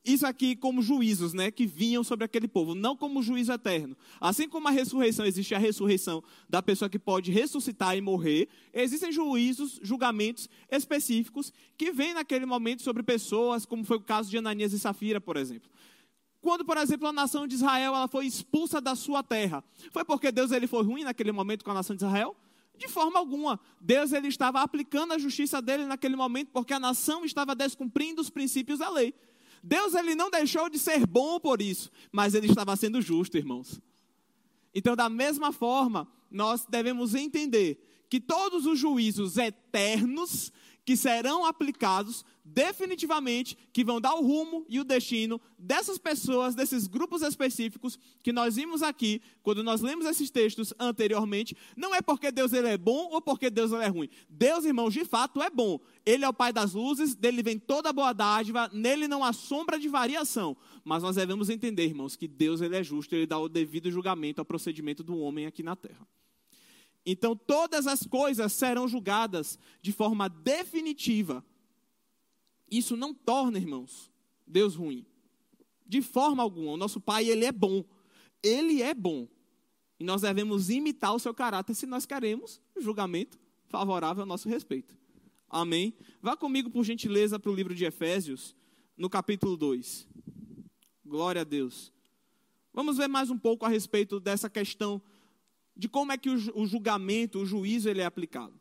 isso aqui como juízos, né, que vinham sobre aquele povo, não como juízo eterno. Assim como a ressurreição, existe a ressurreição da pessoa que pode ressuscitar e morrer, existem juízos, julgamentos específicos que vêm naquele momento sobre pessoas, como foi o caso de Ananias e Safira, por exemplo. Quando, por exemplo, a nação de Israel ela foi expulsa da sua terra, foi porque Deus ele foi ruim naquele momento com a nação de Israel? De forma alguma. Deus ele estava aplicando a justiça dele naquele momento porque a nação estava descumprindo os princípios da lei. Deus ele não deixou de ser bom por isso, mas ele estava sendo justo, irmãos. Então, da mesma forma, nós devemos entender que todos os juízos eternos que serão aplicados definitivamente, que vão dar o rumo e o destino dessas pessoas, desses grupos específicos que nós vimos aqui, quando nós lemos esses textos anteriormente, não é porque Deus ele é bom ou porque Deus ele é ruim. Deus, irmãos, de fato é bom. Ele é o Pai das luzes, dele vem toda a boa dádiva, nele não há sombra de variação. Mas nós devemos entender, irmãos, que Deus ele é justo, ele dá o devido julgamento ao procedimento do homem aqui na terra. Então, todas as coisas serão julgadas de forma definitiva. Isso não torna, irmãos, Deus ruim. De forma alguma. O nosso Pai, ele é bom. Ele é bom. E nós devemos imitar o seu caráter se nós queremos julgamento favorável ao nosso respeito. Amém? Vá comigo, por gentileza, para o livro de Efésios, no capítulo 2. Glória a Deus. Vamos ver mais um pouco a respeito dessa questão de como é que o julgamento, o juízo, ele é aplicado.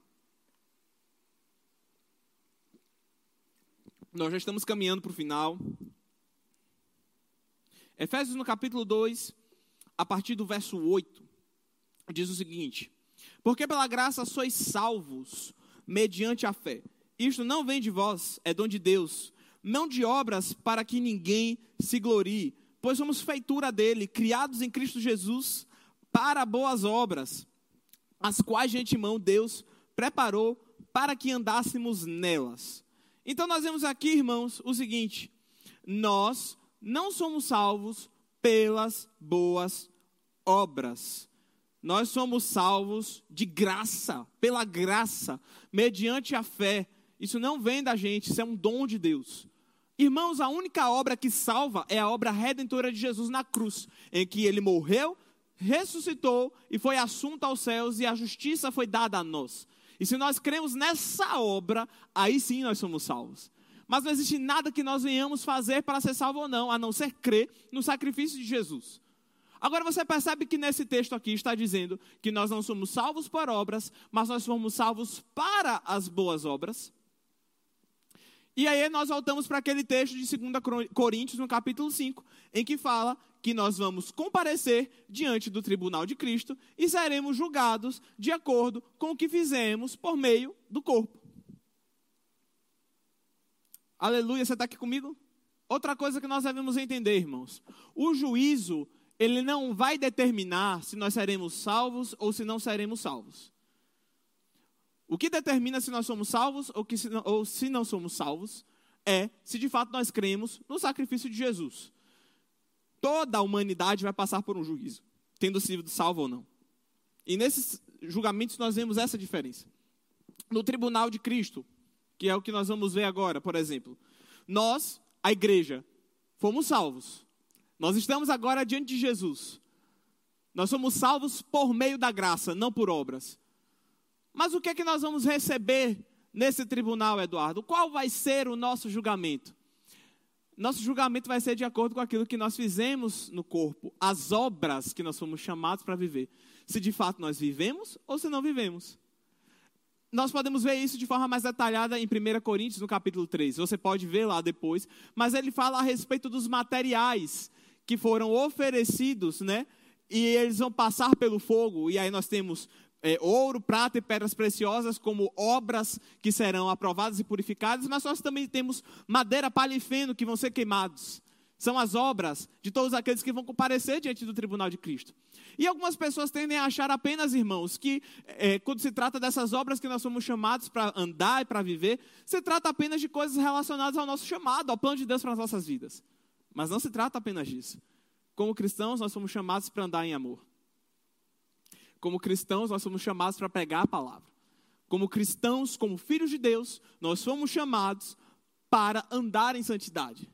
Nós já estamos caminhando para o final. Efésios no capítulo 2, a partir do verso 8, diz o seguinte: porque pela graça sois salvos, mediante a fé. Isto não vem de vós, é dom de Deus, não de obras para que ninguém se glorie, pois somos feitura dele, criados em Cristo Jesus, para boas obras, as quais de antemão Deus preparou para que andássemos nelas. Então nós vemos aqui, irmãos, o seguinte: nós não somos salvos pelas boas obras. Nós somos salvos de graça, pela graça, mediante a fé. Isso não vem da gente, isso é um dom de Deus. Irmãos, a única obra que salva é a obra redentora de Jesus na cruz, em que ele morreu, ressuscitou e foi assunto aos céus e a justiça foi dada a nós. E se nós cremos nessa obra, aí sim nós somos salvos. Mas não existe nada que nós venhamos fazer para ser salvo ou não, a não ser crer no sacrifício de Jesus. Agora você percebe que nesse texto aqui está dizendo que nós não somos salvos por obras, mas nós somos salvos para as boas obras. E aí nós voltamos para aquele texto de 2 Coríntios, no capítulo 5, em que fala que nós vamos comparecer diante do tribunal de Cristo e seremos julgados de acordo com o que fizemos por meio do corpo. Aleluia, você está aqui comigo? Outra coisa que nós devemos entender, irmãos. O juízo, ele não vai determinar se nós seremos salvos ou se não seremos salvos. O que determina se nós somos salvos ou se não somos salvos é se de fato nós cremos no sacrifício de Jesus. Toda a humanidade vai passar por um juízo, tendo sido salvo ou não. E nesses julgamentos nós vemos essa diferença. No tribunal de Cristo, que é o que nós vamos ver agora, por exemplo, nós, a igreja, fomos salvos. Nós estamos agora diante de Jesus. Nós somos salvos por meio da graça, não por obras. Mas o que é que nós vamos receber nesse tribunal, Eduardo? Qual vai ser o nosso julgamento? Nosso julgamento vai ser de acordo com aquilo que nós fizemos no corpo, as obras que nós fomos chamados para viver. Se de fato nós vivemos ou se não vivemos. Nós podemos ver isso de forma mais detalhada em 1 Coríntios, no capítulo 3. Você pode ver lá depois. Mas ele fala a respeito dos materiais que foram oferecidos, né? E eles vão passar pelo fogo. E aí nós temos ouro, prata e pedras preciosas como obras que serão aprovadas e purificadas, mas nós também temos madeira, palha e feno que vão ser queimados. São as obras de todos aqueles que vão comparecer diante do tribunal de Cristo. E algumas pessoas tendem a achar apenas, irmãos, que quando se trata dessas obras que nós somos chamados para andar e para viver, se trata apenas de coisas relacionadas ao nosso chamado, ao plano de Deus para as nossas vidas. Mas não se trata apenas disso. Como cristãos, nós somos chamados para andar em amor. Como cristãos, nós somos chamados para pregar a palavra. Como cristãos, como filhos de Deus, nós somos chamados para andar em santidade.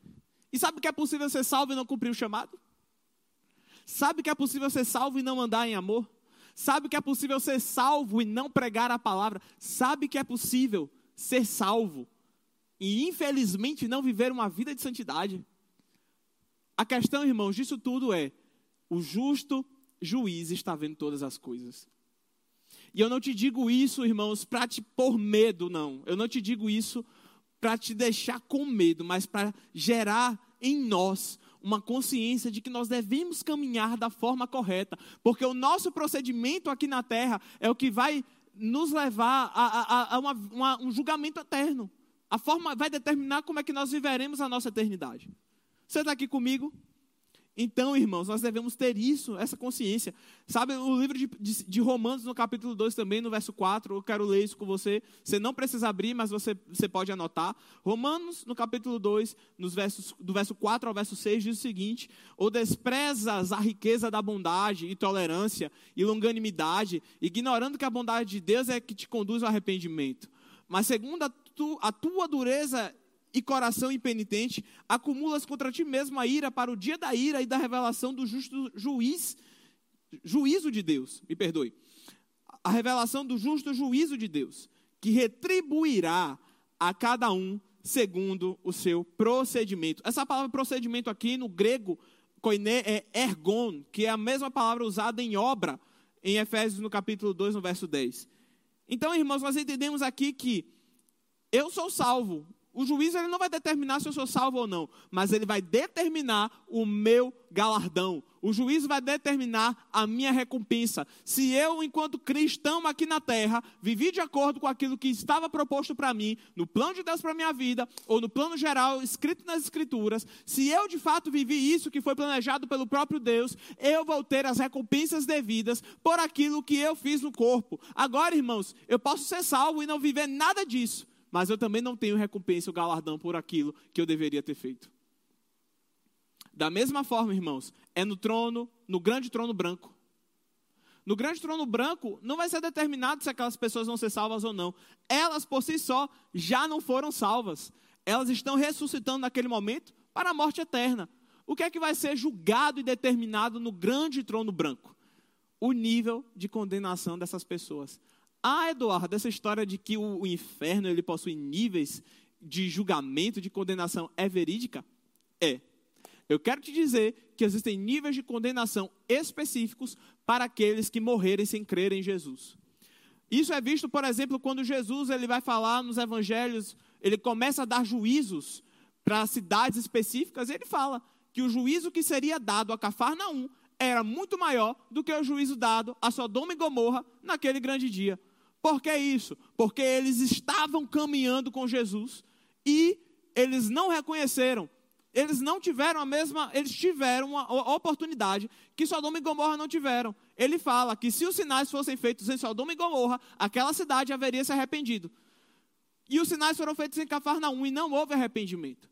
E sabe que é possível ser salvo e não cumprir o chamado? Sabe que é possível ser salvo e não andar em amor? Sabe que é possível ser salvo e não pregar a palavra? Sabe que é possível ser salvo e, infelizmente, não viver uma vida de santidade? A questão, irmãos, disso tudo é: o justo juiz está vendo todas as coisas. E eu não te digo isso, irmãos, para te pôr medo, não. Eu não te digo isso para te deixar com medo, mas para gerar em nós uma consciência de que nós devemos caminhar da forma correta. Porque o nosso procedimento aqui na terra é o que vai nos levar a um julgamento eterno. A forma vai determinar como é que nós viveremos a nossa eternidade. Você está aqui comigo? Então, irmãos, nós devemos ter isso, essa consciência. Sabe, o livro de Romanos, no capítulo 2 também, no verso 4, eu quero ler isso com você. Você não precisa abrir, mas você pode anotar. Romanos, no capítulo 2, do verso 4 ao verso 6, diz o seguinte: ou desprezas a riqueza da bondade e tolerância e longanimidade, ignorando que a bondade de Deus é que te conduz ao arrependimento. Mas segundo a tua dureza e coração impenitente, acumulas contra ti mesmo a ira para o dia da ira e da revelação do justo juízo de Deus. Me perdoe. A revelação do justo juízo de Deus, que retribuirá a cada um segundo o seu procedimento. Essa palavra procedimento aqui no grego, koiné, é ergon, que é a mesma palavra usada em obra, em Efésios no capítulo 2, no verso 10. Então, irmãos, nós entendemos aqui que eu sou salvo. O juiz ele não vai determinar se eu sou salvo ou não, mas ele vai determinar o meu galardão. O juiz vai determinar a minha recompensa. Se eu, enquanto cristão aqui na terra, vivi de acordo com aquilo que estava proposto para mim, no plano de Deus para a minha vida, ou no plano geral, escrito nas Escrituras, se eu de fato vivi isso que foi planejado pelo próprio Deus, eu vou ter as recompensas devidas por aquilo que eu fiz no corpo. Agora, irmãos, eu posso ser salvo e não viver nada disso, mas eu também não tenho recompensa ou galardão por aquilo que eu deveria ter feito. Da mesma forma, irmãos, é no grande trono branco. No grande trono branco, não vai ser determinado se aquelas pessoas vão ser salvas ou não. Elas, por si só, já não foram salvas. Elas estão ressuscitando naquele momento para a morte eterna. O que é que vai ser julgado e determinado no grande trono branco? O nível de condenação dessas pessoas. Ah, Eduardo, essa história de que o inferno ele possui níveis de julgamento, de condenação, é verídica? É. Eu quero te dizer que existem níveis de condenação específicos para aqueles que morrerem sem crer em Jesus. Isso é visto, por exemplo, quando Jesus ele vai falar nos evangelhos, ele começa a dar juízos para cidades específicas, e ele fala que o juízo que seria dado a Cafarnaum era muito maior do que o juízo dado a Sodoma e Gomorra naquele grande dia. Por que isso? Porque eles estavam caminhando com Jesus e eles não reconheceram, eles não tiveram eles tiveram uma oportunidade que Sodoma e Gomorra não tiveram. Ele fala que se os sinais fossem feitos em Sodoma e Gomorra, aquela cidade haveria se arrependido. E os sinais foram feitos em Cafarnaum e não houve arrependimento.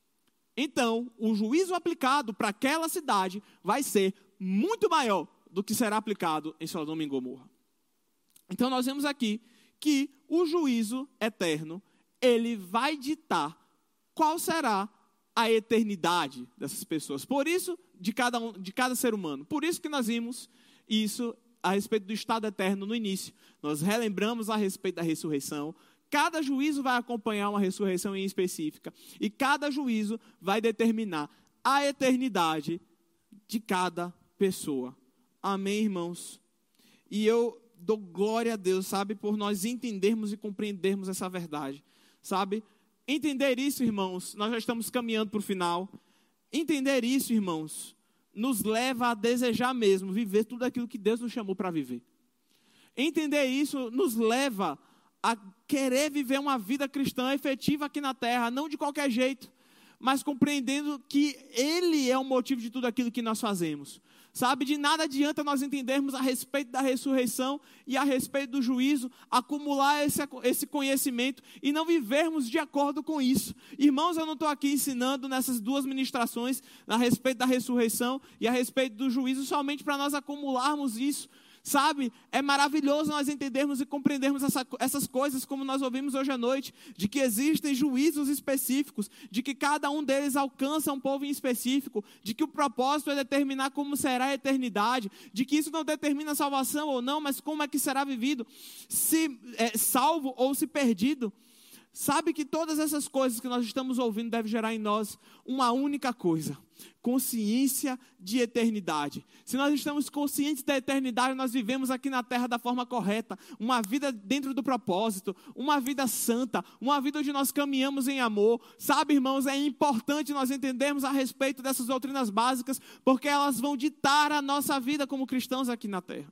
Então, o juízo aplicado para aquela cidade vai ser muito maior do que será aplicado em Sodoma e Gomorra. Então, nós vemos aqui que o juízo eterno, ele vai ditar qual será a eternidade dessas pessoas. Por isso, de cada ser humano. Por isso que nós vimos isso a respeito do estado eterno no início. Nós relembramos a respeito da ressurreição. Cada juízo vai acompanhar uma ressurreição em específica. E cada juízo vai determinar a eternidade de cada pessoa. Amém, irmãos? E eu dou glória a Deus, sabe, por nós entendermos e compreendermos essa verdade, sabe? Entender isso, irmãos, nós já estamos caminhando para o final. Entender isso, irmãos, nos leva a desejar mesmo viver tudo aquilo que Deus nos chamou para viver. Entender isso nos leva a querer viver uma vida cristã efetiva aqui na terra, não de qualquer jeito, mas compreendendo que Ele é o motivo de tudo aquilo que nós fazemos. Sabe, de nada adianta nós entendermos a respeito da ressurreição e a respeito do juízo, acumular esse conhecimento e não vivermos de acordo com isso. Irmãos, eu não estou aqui ensinando nessas duas ministrações a respeito da ressurreição e a respeito do juízo somente para nós acumularmos isso. Sabe, é maravilhoso nós entendermos e compreendermos essas coisas como nós ouvimos hoje à noite, de que existem juízos específicos, de que cada um deles alcança um povo em específico, de que o propósito é determinar como será a eternidade, de que isso não determina salvação ou não, mas como é que será vivido, se salvo ou se perdido. Sabe que todas essas coisas que nós estamos ouvindo devem gerar em nós uma única coisa: consciência de eternidade. Se nós estamos conscientes da eternidade, nós vivemos aqui na terra da forma correta, uma vida dentro do propósito, uma vida santa, uma vida onde nós caminhamos em amor. Sabe, irmãos, é importante nós entendermos a respeito dessas doutrinas básicas, porque elas vão ditar a nossa vida como cristãos aqui na terra.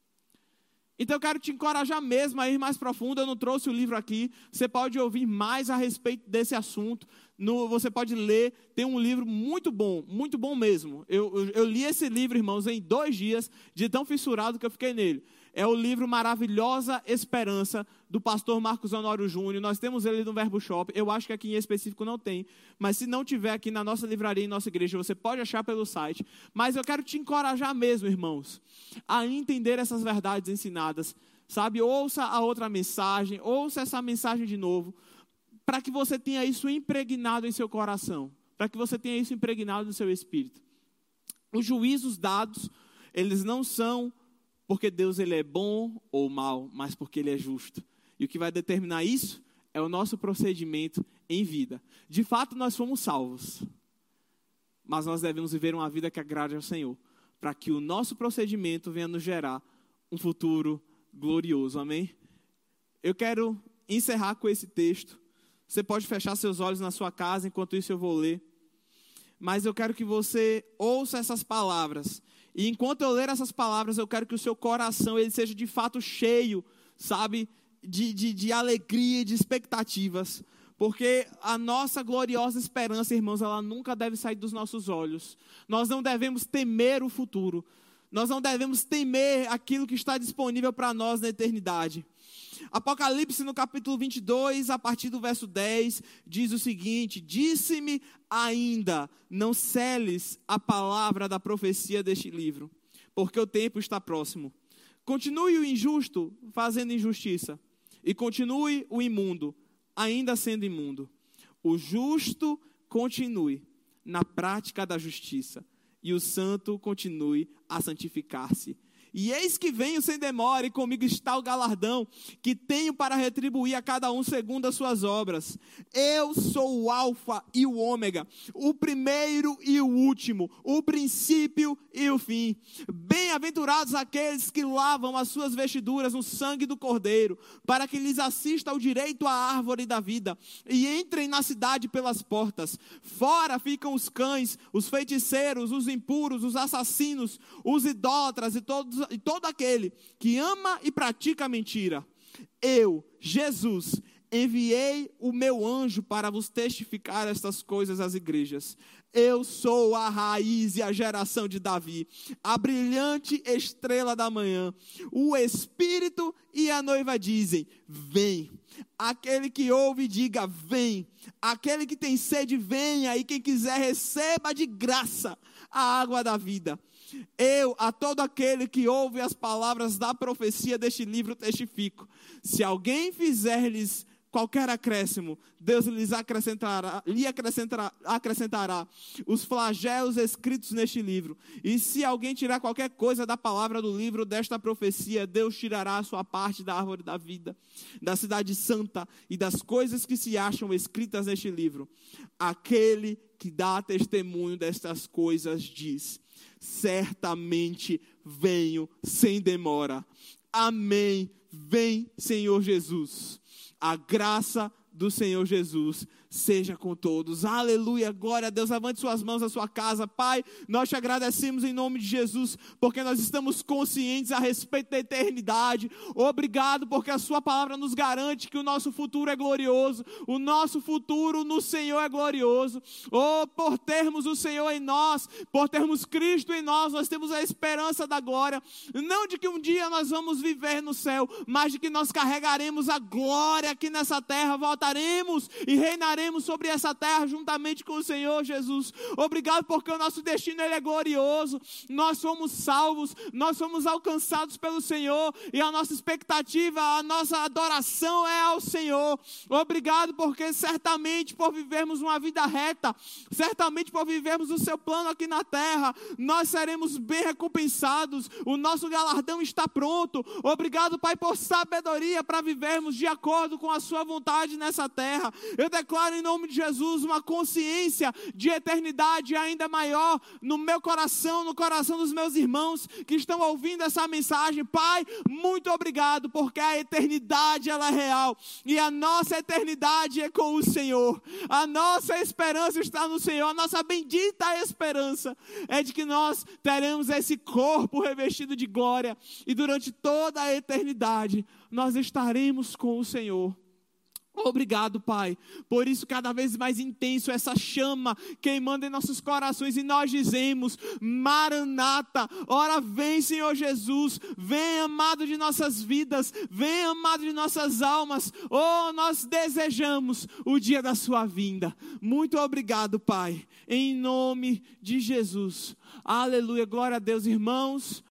Então eu quero te encorajar mesmo a ir mais profundo. Eu não trouxe o livro aqui, você pode ouvir mais a respeito desse assunto, você pode ler, tem um livro muito bom mesmo. Eu li esse livro, irmãos, em 2 dias, de tão fissurado que eu fiquei nele. É o livro Maravilhosa Esperança, do pastor Marcos Honório Júnior. Nós temos ele no Verbo Shop. Eu acho que aqui em específico não tem. Mas se não tiver aqui na nossa livraria, em nossa igreja, você pode achar pelo site. Mas eu quero te encorajar mesmo, irmãos, a entender essas verdades ensinadas. Sabe, ouça a outra mensagem, ouça essa mensagem de novo, para que você tenha isso impregnado em seu coração, para que você tenha isso impregnado no seu espírito. Os juízos dados, eles não são porque Deus ele é bom ou mau, mas porque ele é justo. E o que vai determinar isso é o nosso procedimento em vida. De fato, nós fomos salvos, mas nós devemos viver uma vida que agrade ao Senhor, para que o nosso procedimento venha nos gerar um futuro glorioso. Amém? Eu quero encerrar com esse texto. Você pode fechar seus olhos na sua casa, enquanto isso eu vou ler. Mas eu quero que você ouça essas palavras. E enquanto eu ler essas palavras, eu quero que o seu coração ele seja de fato cheio, sabe, de alegria e de expectativas. Porque a nossa gloriosa esperança, irmãos, ela nunca deve sair dos nossos olhos. Nós não devemos temer o futuro. Nós não devemos temer aquilo que está disponível para nós na eternidade. Apocalipse no capítulo 22, a partir do verso 10, diz o seguinte: disse-me ainda, não seles a palavra da profecia deste livro, porque o tempo está próximo. Continue o injusto fazendo injustiça, e continue o imundo ainda sendo imundo. O justo continue na prática da justiça, e o santo continue a santificar-se. E eis que venho sem demora, e comigo está o galardão, que tenho para retribuir a cada um segundo as suas obras. Eu sou o alfa e o ômega, o primeiro e o último, o princípio e o fim. Bem-aventurados aqueles que lavam as suas vestiduras no sangue do Cordeiro, para que lhes assista o direito à árvore da vida, e entrem na cidade pelas portas. Fora ficam os cães, os feiticeiros, os impuros, os assassinos, os idólatras e todo aquele que ama e pratica a mentira. Eu, Jesus, enviei o meu anjo para vos testificar estas coisas às igrejas. Eu sou a raiz e a geração de Davi, a brilhante estrela da manhã. O Espírito e a noiva dizem: vem. Aquele que ouve, diga: vem. Aquele que tem sede, venha. E quem quiser, receba de graça a água da vida. Eu, a todo aquele que ouve as palavras da profecia deste livro, testifico: se alguém fizer-lhes qualquer acréscimo, Deus lhe acrescentará os flagelos escritos neste livro. E se alguém tirar qualquer coisa da palavra do livro desta profecia, Deus tirará a sua parte da árvore da vida, da cidade santa e das coisas que se acham escritas neste livro. Aquele que dá testemunho destas coisas diz: certamente venho sem demora. Amém. Vem, Senhor Jesus. A graça do Senhor Jesus seja com todos. Aleluia, glória a Deus. Levante suas mãos à sua casa. Pai, nós te agradecemos em nome de Jesus, porque nós estamos conscientes a respeito da eternidade. Obrigado, porque a sua palavra nos garante que o nosso futuro é glorioso. O nosso futuro no Senhor é glorioso. Oh, por termos o Senhor em nós, por termos Cristo em nós, nós temos a esperança da glória. Não de que um dia nós vamos viver no céu, mas de que nós carregaremos a glória aqui nessa terra, voltaremos e reinaremos reinaremos sobre essa terra juntamente com o Senhor Jesus. Obrigado porque o nosso destino ele é glorioso. Nós somos salvos, nós somos alcançados pelo Senhor e a nossa expectativa, a nossa adoração é ao Senhor. Obrigado porque certamente por vivermos uma vida reta, certamente por vivermos o seu plano aqui na terra, nós seremos bem recompensados. O nosso galardão está pronto. Obrigado, Pai, por sabedoria para vivermos de acordo com a sua vontade nessa terra. Eu declaro em nome de Jesus uma consciência de eternidade ainda maior no meu coração, no coração dos meus irmãos que estão ouvindo essa mensagem. Pai, muito obrigado porque a eternidade ela é real e a nossa eternidade é com o Senhor. A nossa esperança está no Senhor. A nossa bendita esperança é de que nós teremos esse corpo revestido de glória e durante toda a eternidade nós estaremos com o Senhor. Obrigado, Pai, por isso cada vez mais intenso essa chama queimando em nossos corações e nós dizemos: Maranata, ora vem, Senhor Jesus, vem, amado de nossas vidas, vem, amado de nossas almas. Oh, nós desejamos o dia da sua vinda. Muito obrigado, Pai, em nome de Jesus. Aleluia, glória a Deus, irmãos.